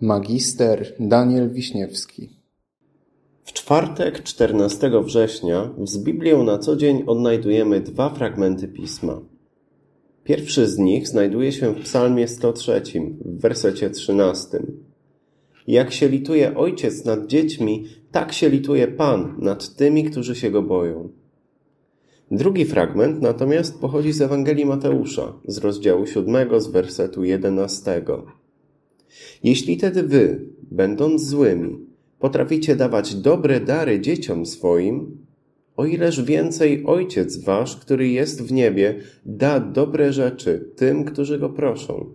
Magister Daniel Wiśniewski. W czwartek, 14 września, z Biblią na co dzień odnajdujemy dwa fragmenty Pisma. Pierwszy z nich znajduje się w Psalmie 103, w wersecie 13. Jak się lituje ojciec nad dziećmi, tak się lituje Pan nad tymi, którzy się Go boją. Drugi fragment natomiast pochodzi z Ewangelii Mateusza, z rozdziału 7, z wersetu 11. Jeśli tedy wy, będąc złymi, potraficie dawać dobre dary dzieciom swoim, o ileż więcej Ojciec wasz, który jest w niebie, da dobre rzeczy tym, którzy Go proszą.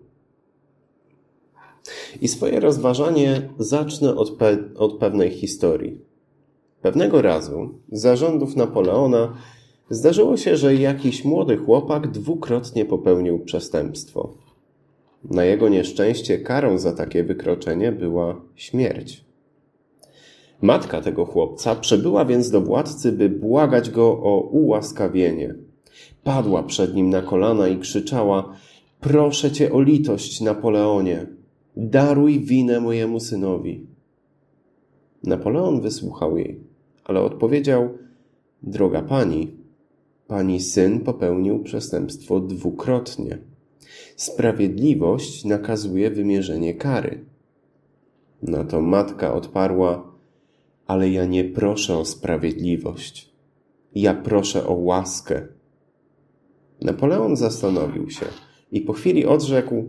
I swoje rozważanie zacznę od pewnej historii. Pewnego razu, za rządów Napoleona, zdarzyło się, że jakiś młody chłopak dwukrotnie popełnił przestępstwo. Na jego nieszczęście karą za takie wykroczenie była śmierć. Matka tego chłopca przybyła więc do władcy, by błagać go o ułaskawienie. Padła przed nim na kolana i krzyczała: proszę cię o litość, Napoleonie, daruj winę mojemu synowi. Napoleon wysłuchał jej, ale odpowiedział: droga pani, pani syn popełnił przestępstwo dwukrotnie. Sprawiedliwość nakazuje wymierzenie kary. Na to matka odparła: ale ja nie proszę o sprawiedliwość. Ja proszę o łaskę. Napoleon zastanowił się i po chwili odrzekł: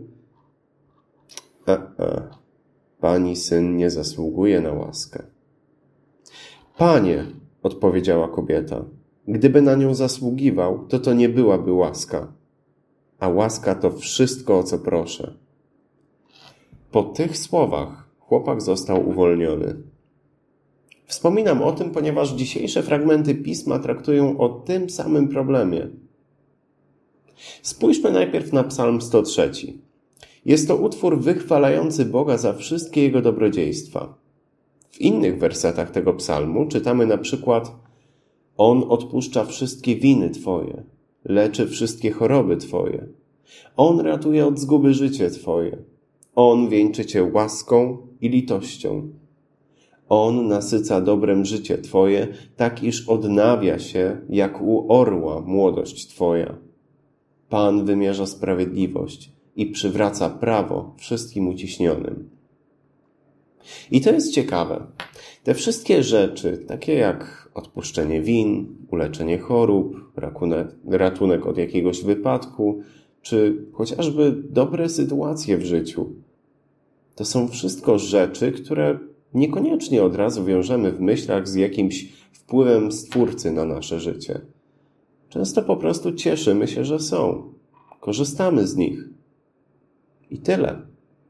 pani syn nie zasługuje na łaskę. Panie, odpowiedziała kobieta, gdyby na nią zasługiwał, to nie byłaby łaska. A łaska to wszystko, o co proszę. Po tych słowach chłopak został uwolniony. Wspominam o tym, ponieważ dzisiejsze fragmenty Pisma traktują o tym samym problemie. Spójrzmy najpierw na Psalm 103. Jest to utwór wychwalający Boga za wszystkie Jego dobrodziejstwa. W innych wersetach tego psalmu czytamy na przykład: On odpuszcza wszystkie winy Twoje, leczy wszystkie choroby Twoje. On ratuje od zguby życie Twoje. On wieńczy Cię łaską i litością. On nasyca dobrem życie Twoje, tak iż odnawia się jak u orła młodość Twoja. Pan wymierza sprawiedliwość i przywraca prawo wszystkim uciśnionym. I to jest ciekawe. Te wszystkie rzeczy, takie jak odpuszczenie win, uleczenie chorób, ratunek od jakiegoś wypadku, czy chociażby dobre sytuacje w życiu, to są wszystko rzeczy, które niekoniecznie od razu wiążemy w myślach z jakimś wpływem Stwórcy na nasze życie. Często po prostu cieszymy się, że są. Korzystamy z nich. I tyle.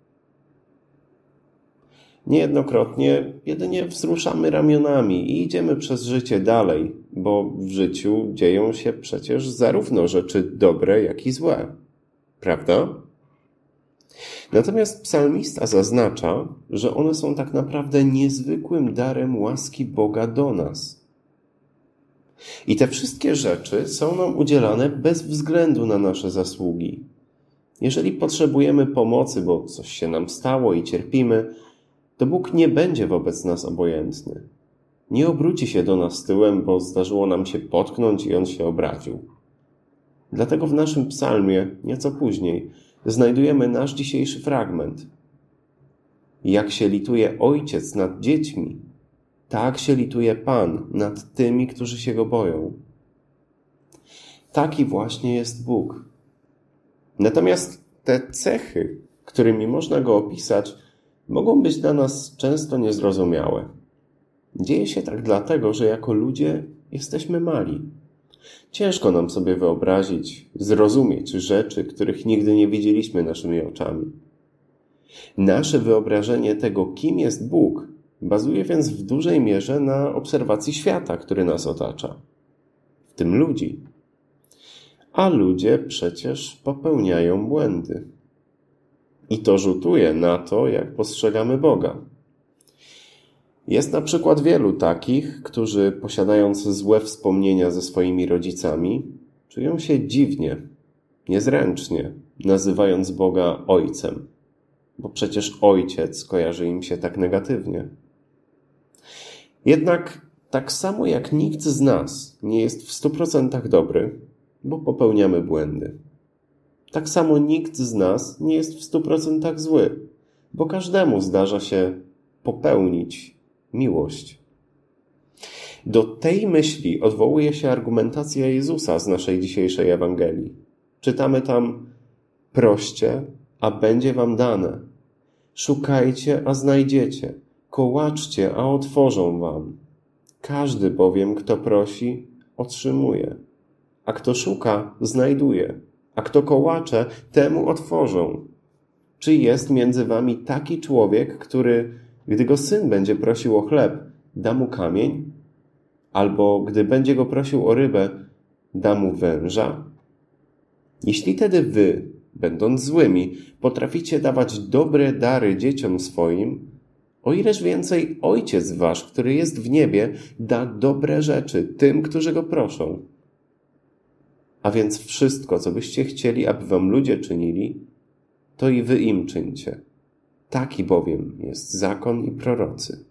Niejednokrotnie jedynie wzruszamy ramionami i idziemy przez życie dalej, bo w życiu dzieją się przecież zarówno rzeczy dobre, jak i złe. Prawda? Natomiast psalmista zaznacza, że one są tak naprawdę niezwykłym darem łaski Boga do nas. I te wszystkie rzeczy są nam udzielane bez względu na nasze zasługi. Jeżeli potrzebujemy pomocy, bo coś się nam stało i cierpimy, to Bóg nie będzie wobec nas obojętny. Nie obróci się do nas tyłem, bo zdarzyło nam się potknąć i On się obraził. Dlatego w naszym psalmie, nieco później, znajdujemy nasz dzisiejszy fragment. Jak się lituje ojciec nad dziećmi, tak się lituje Pan nad tymi, którzy się Go boją. Taki właśnie jest Bóg. Natomiast te cechy, którymi można Go opisać, mogą być dla nas często niezrozumiałe. Dzieje się tak dlatego, że jako ludzie jesteśmy mali. Ciężko nam sobie wyobrazić, zrozumieć rzeczy, których nigdy nie widzieliśmy naszymi oczami. Nasze wyobrażenie tego, kim jest Bóg, bazuje więc w dużej mierze na obserwacji świata, który nas otacza, w tym ludzi. A ludzie przecież popełniają błędy. I to rzutuje na to, jak postrzegamy Boga. Jest na przykład wielu takich, którzy posiadając złe wspomnienia ze swoimi rodzicami, czują się dziwnie, niezręcznie, nazywając Boga Ojcem. bo przecież ojciec kojarzy im się tak negatywnie. Jednak tak samo jak nikt z nas nie jest w 100% dobry, bo popełniamy błędy. Tak samo nikt z nas nie jest w 100% zły, bo każdemu zdarza się popełnić miłość. Do tej myśli odwołuje się argumentacja Jezusa z naszej dzisiejszej Ewangelii. Czytamy tam: proście, a będzie wam dane. Szukajcie, a znajdziecie. Kołaczcie, a otworzą wam. Każdy bowiem, kto prosi, otrzymuje. A kto szuka, znajduje. A kto kołacze, temu otworzą. Czy jest między wami taki człowiek, który, gdy go syn będzie prosił o chleb, da mu kamień? Albo gdy będzie go prosił o rybę, da mu węża? Jeśli tedy wy, będąc złymi, potraficie dawać dobre dary dzieciom swoim, o ileż więcej Ojciec wasz, który jest w niebie, da dobre rzeczy tym, którzy go proszą. A więc wszystko, co byście chcieli, aby wam ludzie czynili, to i wy im czyńcie. Taki bowiem jest zakon i prorocy.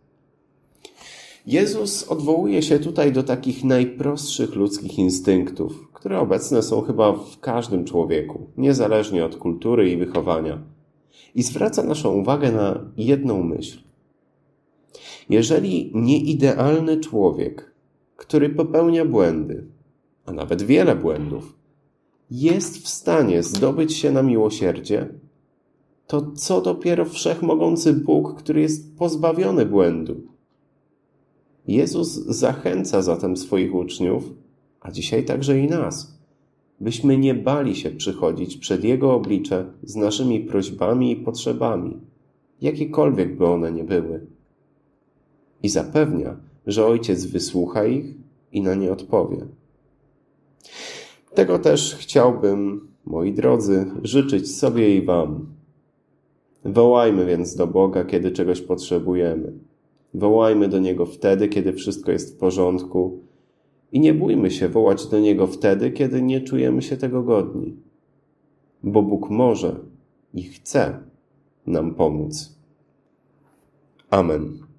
Jezus odwołuje się tutaj do takich najprostszych ludzkich instynktów, które obecne są chyba w każdym człowieku, niezależnie od kultury i wychowania. I zwraca naszą uwagę na jedną myśl. Jeżeli nieidealny człowiek, który popełnia błędy, a nawet wiele błędów, jest w stanie zdobyć się na miłosierdzie, to co dopiero wszechmogący Bóg, który jest pozbawiony błędu? Jezus zachęca zatem swoich uczniów, a dzisiaj także i nas, byśmy nie bali się przychodzić przed Jego oblicze z naszymi prośbami i potrzebami, jakiekolwiek by one nie były. I zapewnia, że Ojciec wysłucha ich i na nie odpowie. Tego też chciałbym, moi drodzy, życzyć sobie i wam. Wołajmy więc do Boga, kiedy czegoś potrzebujemy. Wołajmy do Niego wtedy, kiedy wszystko jest w porządku i nie bójmy się wołać do Niego wtedy, kiedy nie czujemy się tego godni. Bo Bóg może i chce nam pomóc. Amen.